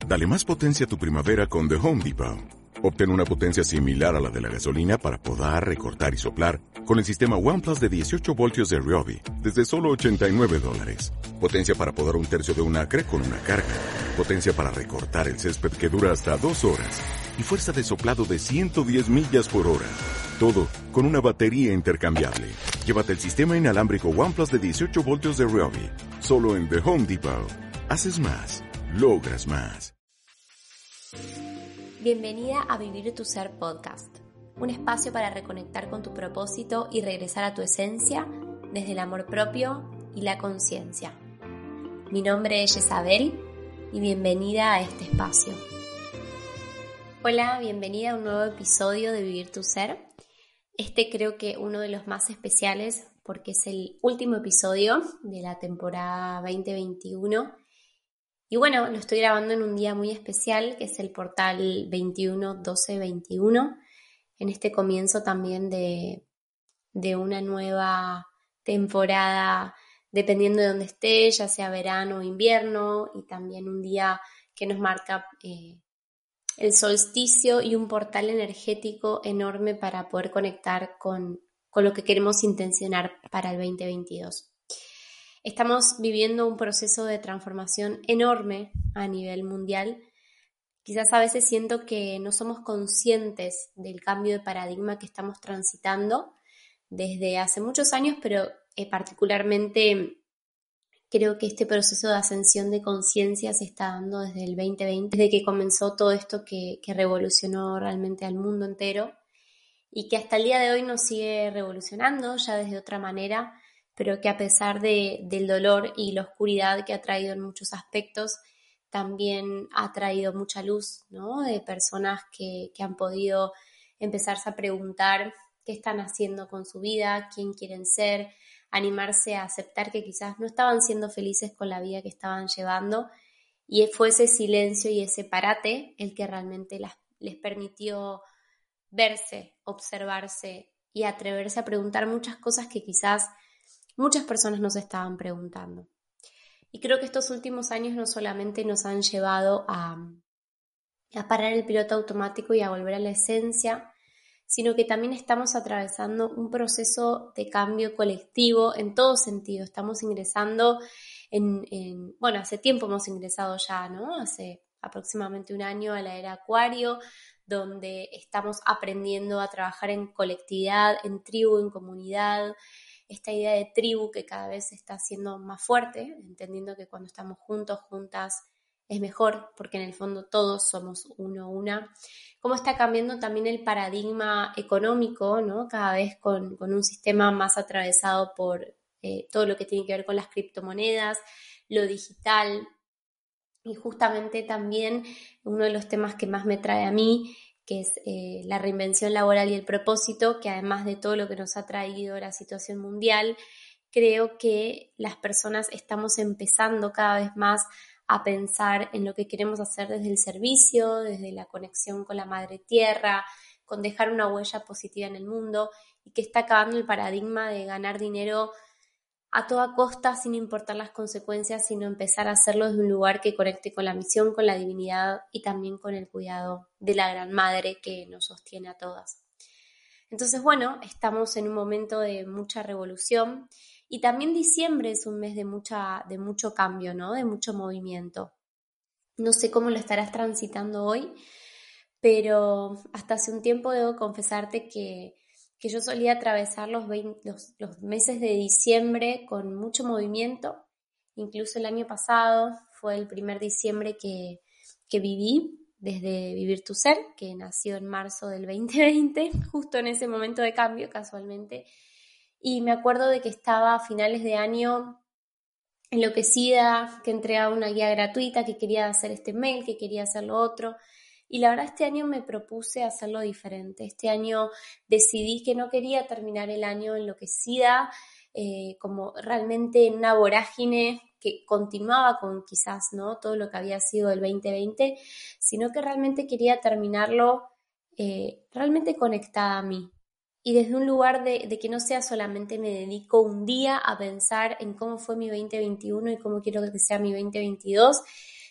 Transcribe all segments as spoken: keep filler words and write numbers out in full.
Dale más potencia a tu primavera con The Home Depot. Obtén una potencia similar a la de la gasolina para podar, recortar y soplar con el sistema OnePlus de dieciocho voltios de Ryobi desde solo ochenta y nueve dólares. Potencia para podar un tercio de un acre con una carga. Potencia para recortar el césped que dura hasta dos horas. Y fuerza de soplado de ciento diez millas por hora. Todo con una batería intercambiable. Llévate el sistema inalámbrico OnePlus de dieciocho voltios de Ryobi. Solo en The Home Depot. Haces más. Logras más. Bienvenida a Vivir tu Ser Podcast, un espacio para reconectar con tu propósito y regresar a tu esencia desde el amor propio y la conciencia. Mi nombre es Jezabel y bienvenida a este espacio. Hola, bienvenida a un nuevo episodio de Vivir tu Ser. Este creo que uno de los más especiales porque es el último episodio de la temporada veinte veintiuno. Y bueno, lo estoy grabando en un día muy especial, que es el portal veintiuno doce veintiuno, en este comienzo también de, de una nueva temporada, dependiendo de dónde esté, ya sea verano o invierno, y también un día que nos marca eh, el solsticio y un portal energético enorme para poder conectar con, con lo que queremos intencionar para el veinte veintidós. Estamos viviendo un proceso de transformación enorme a nivel mundial. Quizás a veces siento que no somos conscientes del cambio de paradigma que estamos transitando desde hace muchos años, pero eh, particularmente creo que este proceso de ascensión de conciencia se está dando desde el veinte veinte, desde que comenzó todo esto que, que revolucionó realmente al mundo entero y que hasta el día de hoy nos sigue revolucionando ya desde otra manera, pero que a pesar de, del dolor y la oscuridad que ha traído en muchos aspectos, también ha traído mucha luz, ¿no? De personas que, que han podido empezarse a preguntar qué están haciendo con su vida, quién quieren ser, animarse a aceptar que quizás no estaban siendo felices con la vida que estaban llevando, y fue ese silencio y ese parate el que realmente las, les permitió verse, observarse y atreverse a preguntar muchas cosas que quizás muchas personas nos estaban preguntando. Y creo que estos últimos años no solamente nos han llevado a, a parar el piloto automático y a volver a la esencia, sino que también estamos atravesando un proceso de cambio colectivo en todo sentido. Estamos ingresando en, en bueno, hace tiempo hemos ingresado ya, ¿no? Hace aproximadamente un año a la era Acuario, donde estamos aprendiendo a trabajar en colectividad, en tribu, en comunidad. Esta idea de tribu que cada vez está siendo más fuerte, entendiendo que cuando estamos juntos, juntas, es mejor, porque en el fondo todos somos uno, una. Cómo está cambiando también el paradigma económico, ¿no? Cada vez con, con un sistema más atravesado por eh, todo lo que tiene que ver con las criptomonedas, lo digital. Y justamente también uno de los temas que más me trae a mí, que es eh, la reinvención laboral y el propósito, que además de todo lo que nos ha traído la situación mundial, creo que las personas estamos empezando cada vez más a pensar en lo que queremos hacer desde el servicio, desde la conexión con la madre tierra, con dejar una huella positiva en el mundo, y que está acabando el paradigma de ganar dinero a toda costa sin importar las consecuencias, sino empezar a hacerlo desde un lugar que conecte con la misión, con la divinidad y también con el cuidado de la gran madre que nos sostiene a todas. Entonces, bueno, estamos en un momento de mucha revolución y también diciembre es un mes de, mucha, de mucho cambio, ¿no? De mucho movimiento. No sé cómo lo estarás transitando hoy, pero hasta hace un tiempo debo confesarte que que yo solía atravesar los, veinte, los, los meses de diciembre con mucho movimiento. Incluso el año pasado fue el primer diciembre que, que viví desde Vivir tu Ser, que nació en marzo del veinte veinte, justo en ese momento de cambio casualmente. Y me acuerdo de que estaba a finales de año enloquecida, que entregaba una guía gratuita, que quería hacer este mail, que quería hacer lo otro. Y la verdad este año me propuse hacerlo diferente. Este año decidí que no quería terminar el año enloquecida, eh, como realmente en una vorágine que continuaba con quizás, ¿no?, todo lo que había sido el veinte veinte, sino que realmente quería terminarlo eh, realmente conectada a mí. Y desde un lugar de, de que no sea solamente me dedico un día a pensar en cómo fue mi veinte veintiuno y cómo quiero que sea mi veinte veintidós,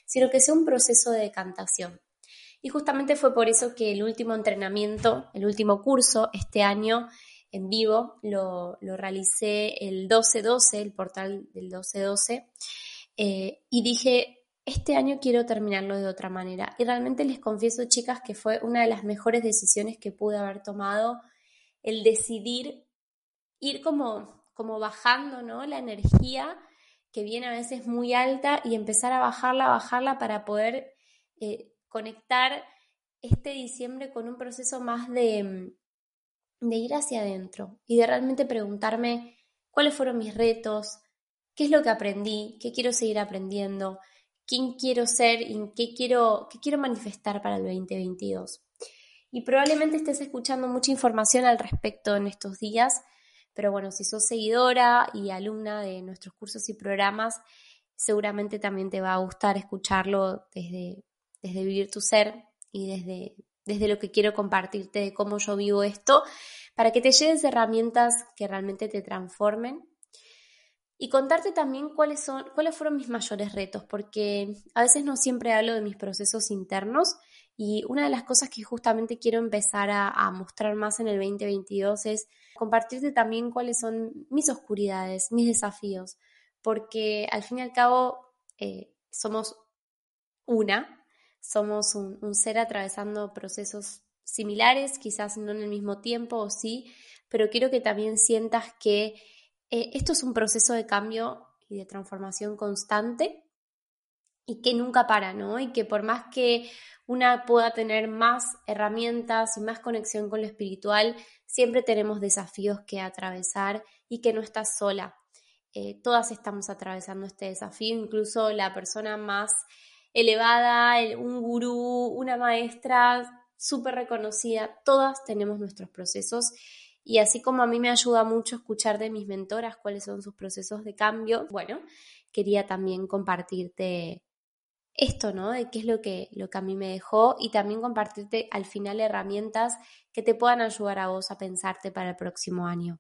sino que sea un proceso de decantación. Y justamente fue por eso que el último entrenamiento, el último curso este año en vivo, lo, lo realicé el doce doce, el portal del doce doce, eh, y dije, este año quiero terminarlo de otra manera. Y realmente les confieso, chicas, que fue una de las mejores decisiones que pude haber tomado, el decidir ir como, como bajando, ¿no?, la energía que viene a veces muy alta y empezar a bajarla, bajarla para poder eh, conectar este diciembre con un proceso más de, de ir hacia adentro y de realmente preguntarme cuáles fueron mis retos, qué es lo que aprendí, qué quiero seguir aprendiendo, quién quiero ser y qué quiero, qué quiero manifestar para el veinte veintidós. Y probablemente estés escuchando mucha información al respecto en estos días, pero bueno, si sos seguidora y alumna de nuestros cursos y programas, seguramente también te va a gustar escucharlo desde, desde Vivir tu Ser y desde, desde lo que quiero compartirte de cómo yo vivo esto, para que te lleves herramientas que realmente te transformen. Y contarte también cuáles son, cuáles fueron mis mayores retos, porque a veces no siempre hablo de mis procesos internos y una de las cosas que justamente quiero empezar a, a mostrar más en el veinte veintidós es compartirte también cuáles son mis oscuridades, mis desafíos, porque al fin y al cabo eh, somos una, somos un, un ser atravesando procesos similares, quizás no en el mismo tiempo o sí, pero quiero que también sientas que Eh, esto es un proceso de cambio y de transformación constante y que nunca para, ¿no? Y que por más que una pueda tener más herramientas y más conexión con lo espiritual, siempre tenemos desafíos que atravesar y que no estás sola. Eh, todas estamos atravesando este desafío, incluso la persona más elevada, el, un gurú, una maestra súper reconocida, todas tenemos nuestros procesos. Y así como a mí me ayuda mucho escuchar de mis mentoras cuáles son sus procesos de cambio, bueno, quería también compartirte esto, ¿no? De qué es lo que, lo que a mí me dejó y también compartirte al final herramientas que te puedan ayudar a vos a pensarte para el próximo año.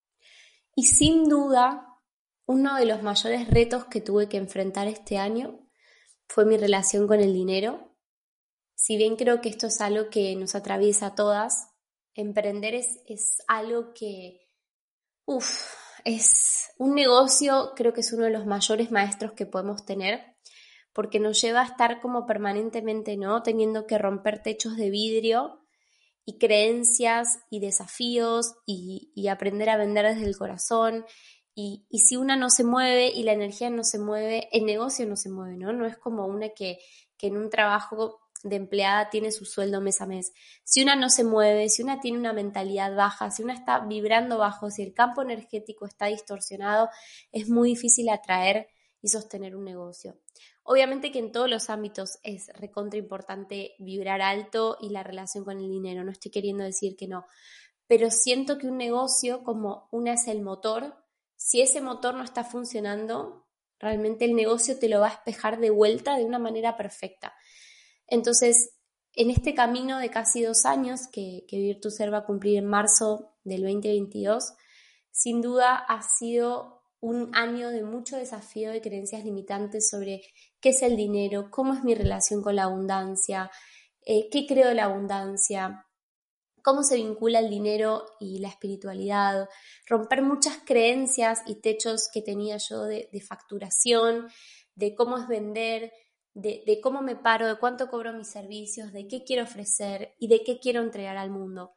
Y sin duda, uno de los mayores retos que tuve que enfrentar este año fue mi relación con el dinero. Si bien creo que esto es algo que nos atraviesa a todas, emprender es, es algo que, uff, es un negocio, creo que es uno de los mayores maestros que podemos tener, porque nos lleva a estar como permanentemente, ¿no?, teniendo que romper techos de vidrio y creencias y desafíos y, y aprender a vender desde el corazón. Y, y si una no se mueve y la energía no se mueve, el negocio no se mueve, ¿no? No es como una que, que en un trabajo de empleada tiene su sueldo mes a mes. Si una no se mueve, si una tiene una mentalidad baja, si una está vibrando bajo, si el campo energético está distorsionado, es muy difícil atraer y sostener un negocio. Obviamente que en todos los ámbitos es recontra importante vibrar alto y la relación con el dinero, no estoy queriendo decir que no, pero siento que un negocio, como una es el motor, si ese motor no está funcionando, realmente el negocio te lo va a espejar de vuelta de una manera perfecta. Entonces, en este camino de casi dos años que, que Vivir tu Ser va a cumplir en marzo del veinte veintidós, sin duda ha sido un año de mucho desafío de creencias limitantes sobre qué es el dinero, cómo es mi relación con la abundancia, eh, qué creo de la abundancia, cómo se vincula el dinero y la espiritualidad, romper muchas creencias y techos que tenía yo de, de facturación, de cómo es vender, de, de cómo me paro, de cuánto cobro mis servicios, de qué quiero ofrecer y de qué quiero entregar al mundo.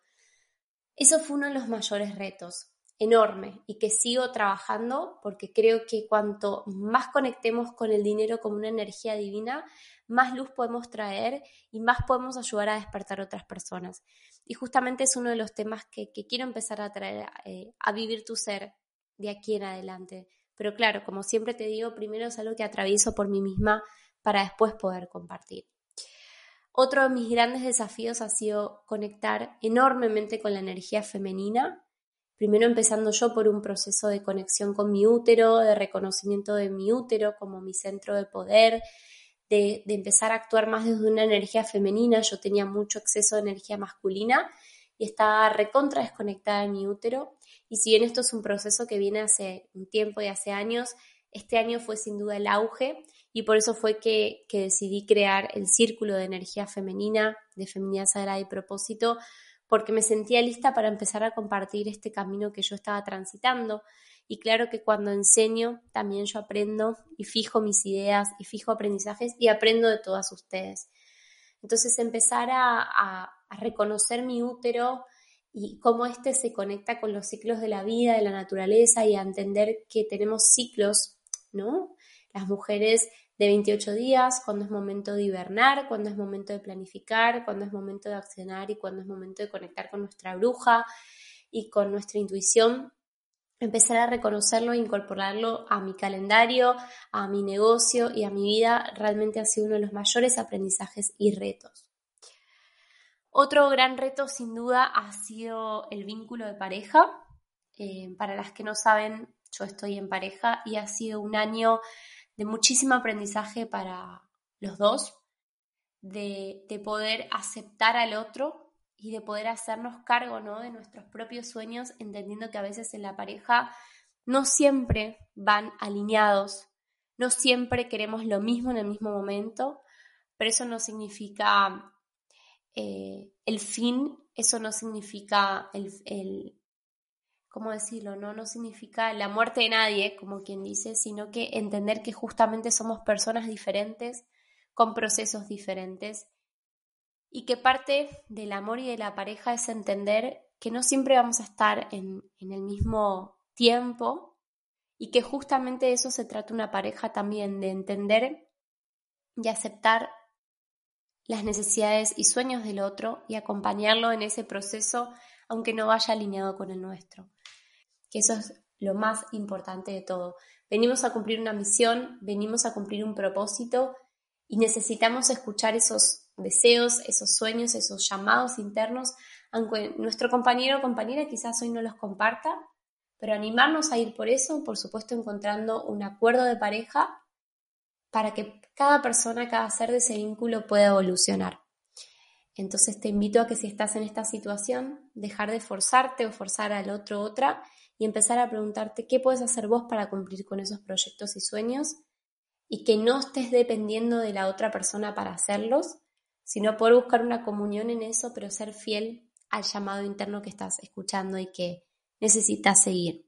Eso fue uno de los mayores retos, enorme, y que sigo trabajando porque creo que cuanto más conectemos con el dinero como una energía divina, más luz podemos traer y más podemos ayudar a despertar a otras personas. Y justamente es uno de los temas que, que quiero empezar a traer eh, a Vivir tu Ser de aquí en adelante. Pero claro, como siempre te digo, primero es algo que atravieso por mí misma para después poder compartir. Otro de mis grandes desafíos ha sido conectar enormemente con la energía femenina, primero empezando yo por un proceso de conexión con mi útero, de reconocimiento de mi útero como mi centro de poder, de, de empezar a actuar más desde una energía femenina. Yo tenía mucho exceso de energía masculina y estaba recontra desconectada de mi útero, y si bien esto es un proceso que viene hace un tiempo y hace años, este año fue sin duda el auge, y y por eso fue que, que decidí crear el Círculo de Energía Femenina, de Feminidad Sagrada y Propósito, porque me sentía lista para empezar a compartir este camino que yo estaba transitando. Y claro que cuando enseño también yo aprendo y fijo mis ideas y fijo aprendizajes y aprendo de todas ustedes. Entonces empezar a, a, a reconocer mi útero y cómo este se conecta con los ciclos de la vida, de la naturaleza, y a entender que tenemos ciclos, ¿no? Las mujeres de veintiocho días, cuando es momento de hibernar, cuando es momento de planificar, cuando es momento de accionar y cuando es momento de conectar con nuestra bruja y con nuestra intuición. Empezar a reconocerlo e incorporarlo a mi calendario, a mi negocio y a mi vida realmente ha sido uno de los mayores aprendizajes y retos. Otro gran reto sin duda ha sido el vínculo de pareja. Eh, para las que no saben, yo estoy en pareja y ha sido un año de muchísimo aprendizaje para los dos, de, de poder aceptar al otro y de poder hacernos cargo, ¿no?, de nuestros propios sueños, entendiendo que a veces en la pareja no siempre van alineados, no siempre queremos lo mismo en el mismo momento, pero eso no significa eh, el fin, eso no significa el, el ¿cómo decirlo? No, no significa la muerte de nadie, como quien dice, sino que entender que justamente somos personas diferentes, con procesos diferentes, y que parte del amor y de la pareja es entender que no siempre vamos a estar en, en el mismo tiempo, y que justamente de eso se trata una pareja también, de entender y aceptar las necesidades y sueños del otro y acompañarlo en ese proceso, aunque no vaya alineado con el nuestro. Que eso es lo más importante de todo. Venimos a cumplir una misión, venimos a cumplir un propósito y necesitamos escuchar esos deseos, esos sueños, esos llamados internos, aunque nuestro compañero o compañera quizás hoy no los comparta, pero animarnos a ir por eso, por supuesto encontrando un acuerdo de pareja para que cada persona, cada ser de ese vínculo pueda evolucionar. Entonces te invito a que si estás en esta situación, dejar de forzarte o forzar al otro o otra y empezar a preguntarte qué puedes hacer vos para cumplir con esos proyectos y sueños, y que no estés dependiendo de la otra persona para hacerlos, sino poder buscar una comunión en eso, pero ser fiel al llamado interno que estás escuchando y que necesitas seguir.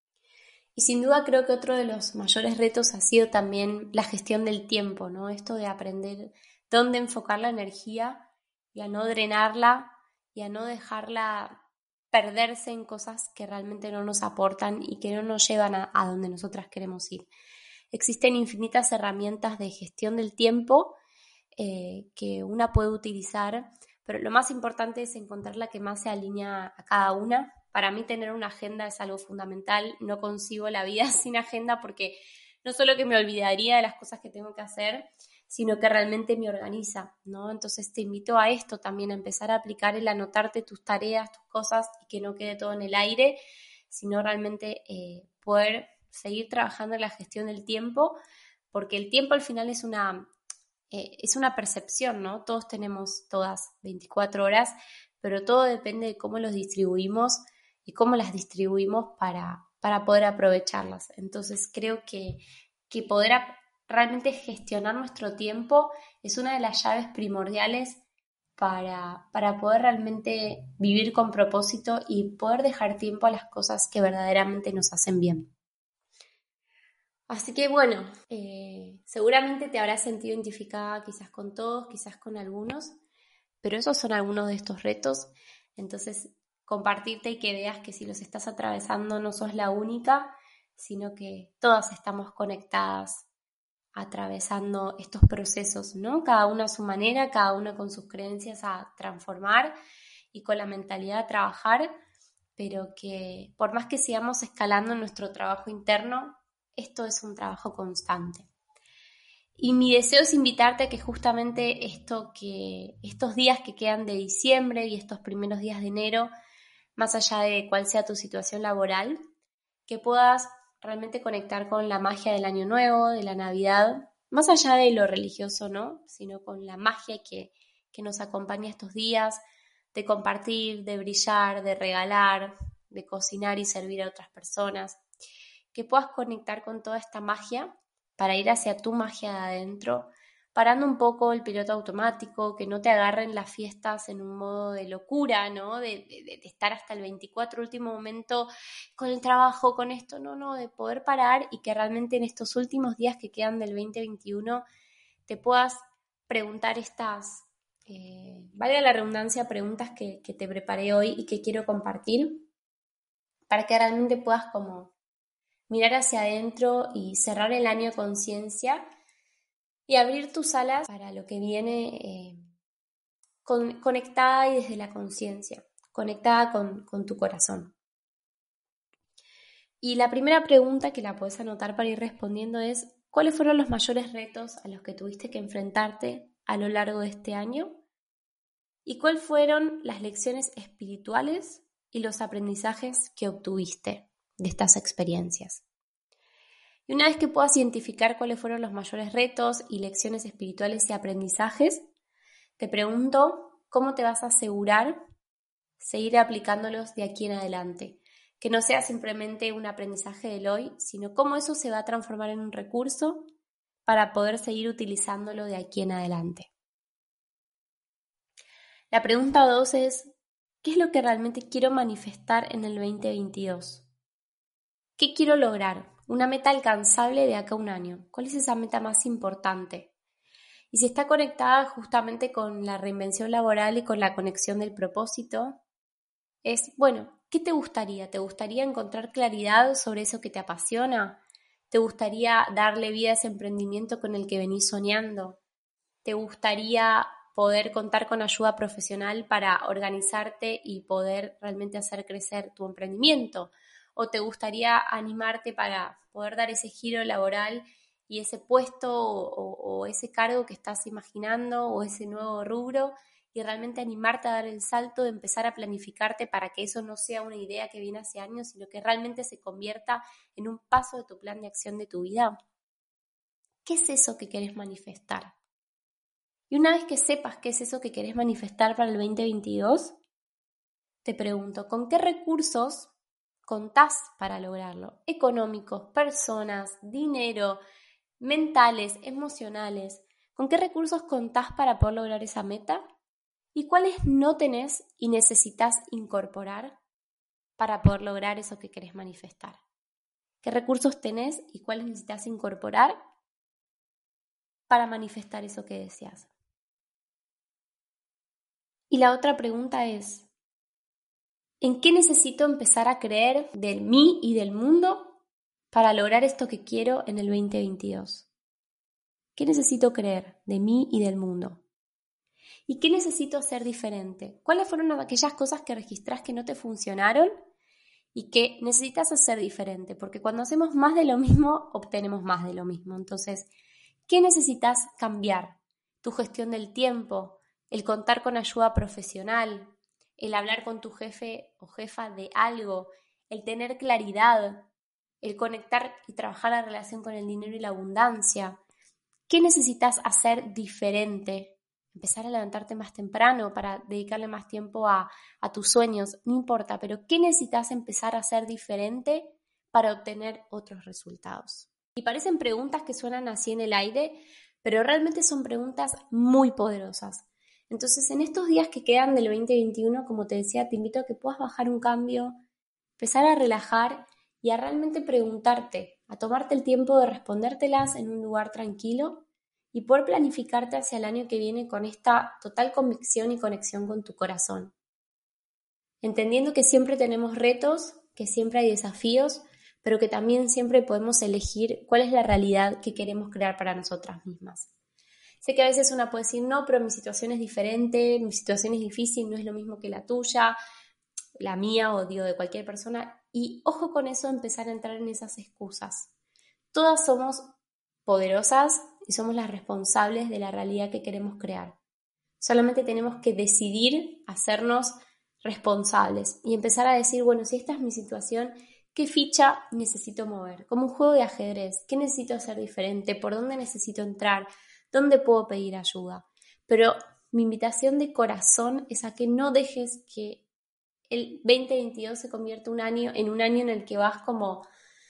Y sin duda creo que otro de los mayores retos ha sido también la gestión del tiempo, ¿no? Esto de aprender dónde enfocar la energía y a no drenarla y a no dejarla perderse en cosas que realmente no nos aportan y que no nos llevan a, a donde nosotras queremos ir. Existen infinitas herramientas de gestión del tiempo eh, que una puede utilizar, pero lo más importante es encontrar la que más se alinea a cada una. Para mí tener una agenda es algo fundamental, no concibo la vida sin agenda porque no solo que me olvidaría de las cosas que tengo que hacer, sino que realmente me organiza, ¿no? Entonces te invito a esto también, a empezar a aplicar el anotarte tus tareas, tus cosas y que no quede todo en el aire, sino realmente eh, poder seguir trabajando en la gestión del tiempo, porque el tiempo al final es una, eh, es una percepción, ¿no? Todos tenemos todas veinticuatro horas, pero todo depende de cómo los distribuimos y cómo las distribuimos para, para poder aprovecharlas. Entonces creo que, que poder ap- realmente gestionar nuestro tiempo es una de las llaves primordiales para, para poder realmente vivir con propósito y poder dejar tiempo a las cosas que verdaderamente nos hacen bien. Así que bueno, eh, seguramente te habrás sentido identificada quizás con todos, quizás con algunos, pero esos son algunos de estos retos. Entonces, compartirte y que veas que si los estás atravesando no sos la única, sino que todas estamos conectadas atravesando estos procesos, ¿no? Cada una a su manera, cada una con sus creencias a transformar y con la mentalidad a trabajar, pero que por más que sigamos escalando nuestro trabajo interno, esto es un trabajo constante. Y mi deseo es invitarte a que justamente esto que, estos días que quedan de diciembre y estos primeros días de enero, más allá de cuál sea tu situación laboral, que puedas realmente conectar con la magia del Año Nuevo, de la Navidad, más allá de lo religioso, ¿no? Sino con la magia que, que nos acompaña estos días, de compartir, de brillar, de regalar, de cocinar y servir a otras personas. Que puedas conectar con toda esta magia para ir hacia tu magia de adentro, parando un poco el piloto automático, que no te agarren las fiestas en un modo de locura, ¿no? De, de, de estar hasta el veinticuatro último momento con el trabajo, con esto, no, no, de poder parar y que realmente en estos últimos días que quedan del veinte veintiuno te puedas preguntar estas, eh, valga la redundancia, preguntas que, que te preparé hoy y que quiero compartir para que realmente puedas como mirar hacia adentro y cerrar el año a conciencia y abrir tus alas para lo que viene eh, con, conectada y desde la conciencia, conectada con, con tu corazón. Y la primera pregunta que la puedes anotar para ir respondiendo es: ¿cuáles fueron los mayores retos a los que tuviste que enfrentarte a lo largo de este año? ¿Y cuáles fueron las lecciones espirituales y los aprendizajes que obtuviste de estas experiencias? Y una vez que puedas identificar cuáles fueron los mayores retos y lecciones espirituales y aprendizajes, te pregunto cómo te vas a asegurar seguir aplicándolos de aquí en adelante. Que no sea simplemente un aprendizaje del hoy, sino cómo eso se va a transformar en un recurso para poder seguir utilizándolo de aquí en adelante. La pregunta dos es: ¿qué es lo que realmente quiero manifestar en el veinte veintidós? ¿Qué quiero lograr? Una meta alcanzable de acá a un año. ¿Cuál es esa meta más importante? Y si está conectada justamente con la reinvención laboral y con la conexión del propósito, es, bueno, ¿qué te gustaría? ¿Te gustaría encontrar claridad sobre eso que te apasiona? ¿Te gustaría darle vida a ese emprendimiento con el que venís soñando? ¿Te gustaría poder contar con ayuda profesional para organizarte y poder realmente hacer crecer tu emprendimiento? ¿O te gustaría animarte para poder dar ese giro laboral y ese puesto o, o ese cargo que estás imaginando o ese nuevo rubro y realmente animarte a dar el salto de empezar a planificarte para que eso no sea una idea que viene hace años, sino que realmente se convierta en un paso de tu plan de acción de tu vida? ¿Qué es eso que querés manifestar? Y una vez que sepas qué es eso que querés manifestar para el veinte veintidós, te pregunto, ¿con qué recursos contás para lograrlo? Económicos, personas, dinero, mentales, emocionales. ¿Con qué recursos contás para poder lograr esa meta? ¿Y cuáles no tenés y necesitas incorporar para poder lograr eso que querés manifestar? ¿Qué recursos tenés y cuáles necesitas incorporar para manifestar eso que deseas? Y la otra pregunta es: ¿en qué necesito empezar a creer de mí y del mundo para lograr esto que quiero en el veinte veintidós? ¿Qué necesito creer de mí y del mundo? ¿Y qué necesito hacer diferente? ¿Cuáles fueron aquellas cosas que registrás que no te funcionaron y que necesitas hacer diferente? Porque cuando hacemos más de lo mismo, obtenemos más de lo mismo. Entonces, ¿qué necesitas cambiar? Tu gestión del tiempo, el contar con ayuda profesional, el hablar con tu jefe o jefa de algo, el tener claridad, el conectar y trabajar la relación con el dinero y la abundancia. ¿Qué necesitas hacer diferente? Empezar a levantarte más temprano para dedicarle más tiempo a, a tus sueños, no importa, pero ¿qué necesitas empezar a hacer diferente para obtener otros resultados? Y parecen preguntas que suenan así en el aire, pero realmente son preguntas muy poderosas. Entonces, en estos días que quedan del veinte veintiuno, como te decía, te invito a que puedas bajar un cambio, empezar a relajar y a realmente preguntarte, a tomarte el tiempo de respondértelas en un lugar tranquilo y poder planificarte hacia el año que viene con esta total convicción y conexión con tu corazón. Entendiendo que siempre tenemos retos, que siempre hay desafíos, pero que también siempre podemos elegir cuál es la realidad que queremos crear para nosotras mismas. Sé que a veces una puede decir, no, pero mi situación es diferente, mi situación es difícil, no es lo mismo que la tuya, la mía o digo de cualquier persona. Y ojo con eso, empezar a entrar en esas excusas. Todas somos poderosas y somos las responsables de la realidad que queremos crear. Solamente tenemos que decidir hacernos responsables y empezar a decir, bueno, si esta es mi situación, ¿qué ficha necesito mover? Como un juego de ajedrez, ¿qué necesito hacer diferente? ¿Por dónde necesito entrar? ¿Dónde puedo pedir ayuda? Pero mi invitación de corazón es a que no dejes que el veinte veintidós se convierta un año, en un año en el que vas como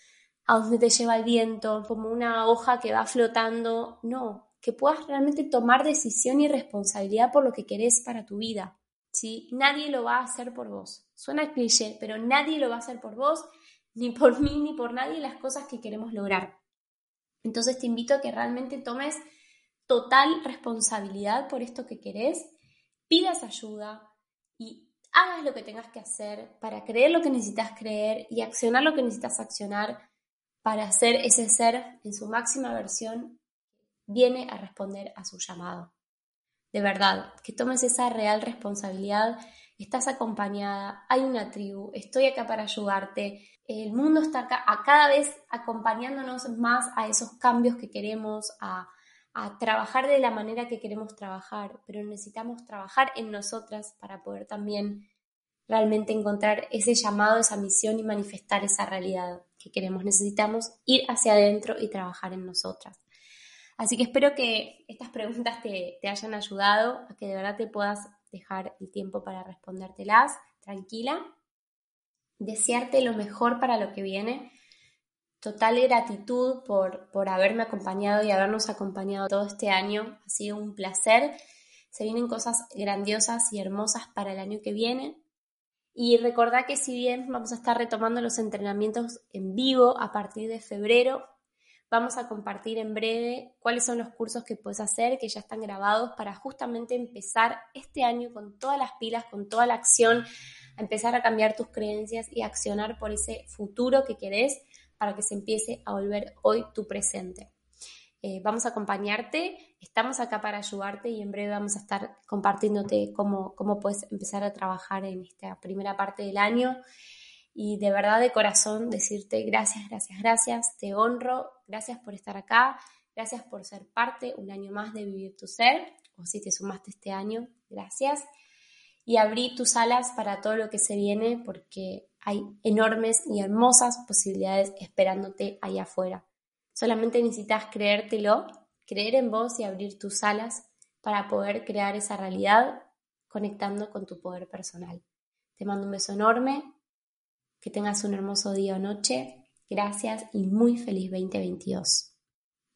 a donde te lleva el viento, como una hoja que va flotando. No, que puedas realmente tomar decisión y responsabilidad por lo que querés para tu vida, ¿sí? Nadie lo va a hacer por vos. Suena cliché, pero nadie lo va a hacer por vos, ni por mí, ni por nadie, las cosas que queremos lograr. Entonces te invito a que realmente tomes total responsabilidad por esto que querés, pidas ayuda y hagas lo que tengas que hacer para creer lo que necesitas creer y accionar lo que necesitas accionar para ser ese ser en su máxima versión, viene a responder a su llamado. De verdad, que tomes esa real responsabilidad. Estás acompañada, hay una tribu, estoy acá para ayudarte. El mundo está acá, a cada vez acompañándonos más a esos cambios que queremos, a, a trabajar de la manera que queremos trabajar, pero necesitamos trabajar en nosotras para poder también realmente encontrar ese llamado, esa misión y manifestar esa realidad que queremos. Necesitamos ir hacia adentro y trabajar en nosotras. Así que espero que estas preguntas te, te hayan ayudado, a que de verdad te puedas dejar el tiempo para respondértelas, tranquila. Desearte lo mejor para lo que viene. Total gratitud por, por haberme acompañado y habernos acompañado todo este año. Ha sido un placer. Se vienen cosas grandiosas y hermosas para el año que viene. Y recordá que si bien vamos a estar retomando los entrenamientos en vivo a partir de febrero, vamos a compartir en breve cuáles son los cursos que puedes hacer, que ya están grabados, para justamente empezar este año con todas las pilas, con toda la acción, a empezar a cambiar tus creencias y a accionar por ese futuro que querés para que se empiece a volver hoy tu presente. Eh, vamos a acompañarte, estamos acá para ayudarte y en breve vamos a estar compartiéndote cómo, cómo puedes empezar a trabajar en esta primera parte del año. Y de verdad, de corazón, decirte gracias, gracias, gracias, te honro, gracias por estar acá, gracias por ser parte un año más de Vivir tu Ser, o si te sumaste este año, gracias. Y abrí tus alas para todo lo que se viene, porque hay enormes y hermosas posibilidades esperándote ahí afuera. Solamente necesitas creértelo, creer en vos y abrir tus alas para poder crear esa realidad conectando con tu poder personal. Te mando un beso enorme. Que tengas un hermoso día o noche. Gracias y muy feliz veinte veintidós.